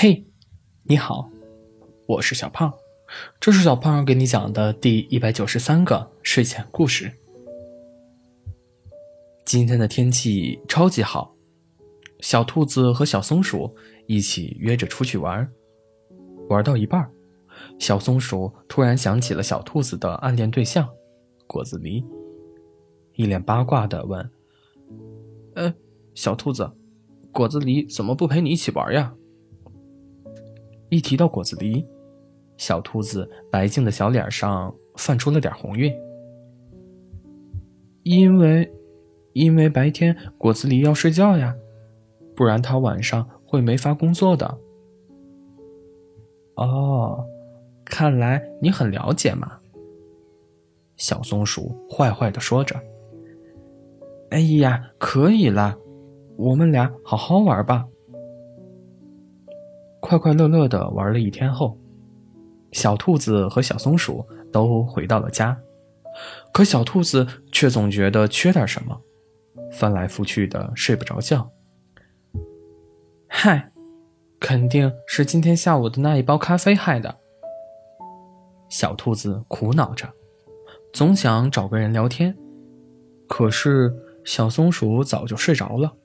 嘿，你好，我是小胖，这是小胖给你讲的第193个睡前故事。今天的天气超级好，小兔子和小松鼠一起约着出去玩。玩到一半，小松鼠突然想起了小兔子的暗恋对象果子狸，一脸八卦地问：小兔子，果子狸怎么不陪你一起玩呀？一提到果子狸，小兔子白净的小脸上泛出了点红晕。因为白天果子狸要睡觉呀，不然它晚上会没法工作的。哦，看来你很了解嘛。小松鼠坏坏地说着。哎呀，可以了，我们俩好好玩吧。快快乐乐地玩了一天后，小兔子和小松鼠都回到了家，可小兔子却总觉得缺点什么，翻来覆去的睡不着觉。嗨，肯定是今天下午的那一包咖啡害的。小兔子苦恼着，总想找个人聊天，可是小松鼠早就睡着了。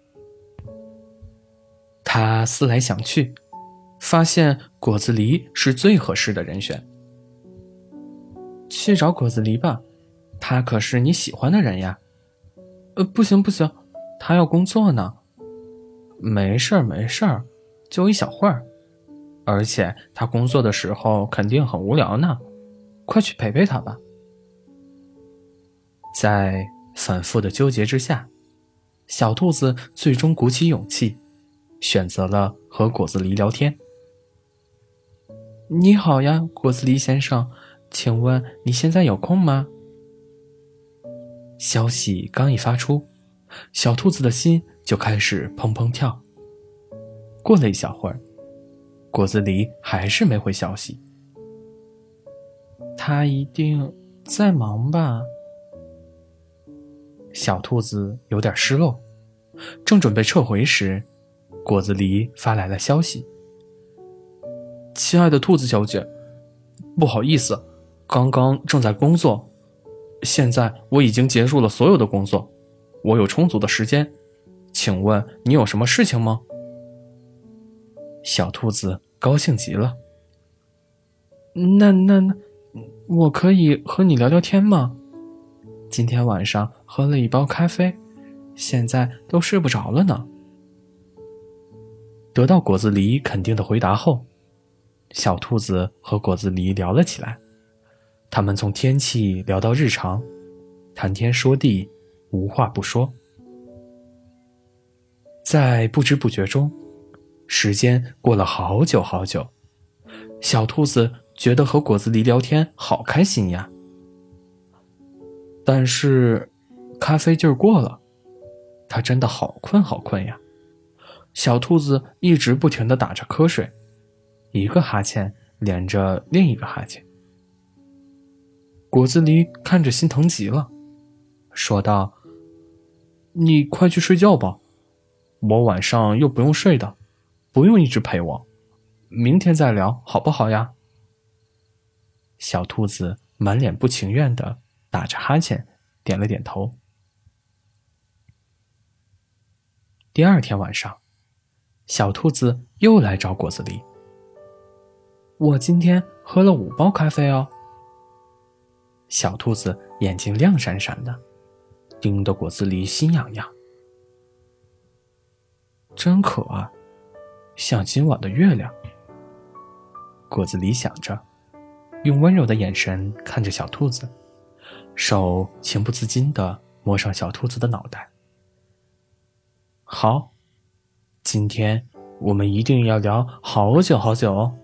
他思来想去，发现果子狸是最合适的人选。去找果子狸吧，他可是你喜欢的人呀。不行，他要工作呢。没事儿，就一小会儿。而且他工作的时候肯定很无聊呢，快去陪陪他吧。在反复的纠结之下，小兔子最终鼓起勇气，选择了和果子狸聊天。你好呀，果子狸先生，请问你现在有空吗？消息刚一发出，小兔子的心就开始砰砰跳。过了一小会儿，果子狸还是没回消息。他一定在忙吧？小兔子有点失落，正准备撤回时，果子狸发来了消息。亲爱的兔子小姐，不好意思，刚刚正在工作，现在我已经结束了所有的工作，我有充足的时间，请问你有什么事情吗？小兔子高兴极了。那我可以和你聊聊天吗？今天晚上喝了一包咖啡，现在都睡不着了呢。得到果子狸肯定的回答后，小兔子和果子狸聊了起来。他们从天气聊到日常，谈天说地，无话不说。在不知不觉中，时间过了好久好久，小兔子觉得和果子狸聊天好开心呀。但是咖啡劲儿过了，它真的好困呀。小兔子一直不停地打着瞌睡，一个哈欠连着另一个哈欠。果子狸看着心疼极了，说道：你快去睡觉吧，我晚上又不用睡的，不用一直陪我，明天再聊好不好呀？小兔子满脸不情愿地打着哈欠，点了点头。第二天晚上，小兔子又来找果子狸。我今天喝了5包咖啡哦。小兔子眼睛亮闪闪的，盯得果子狸心痒痒。真可爱，像今晚的月亮。果子狸想着，用温柔的眼神看着小兔子，手情不自禁地摸上小兔子的脑袋。好，今天我们一定要聊好久好久哦。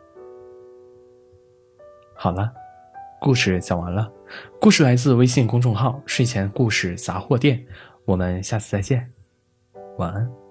好了，故事讲完了。故事来自微信公众号睡前故事杂货店，我们下次再见，晚安。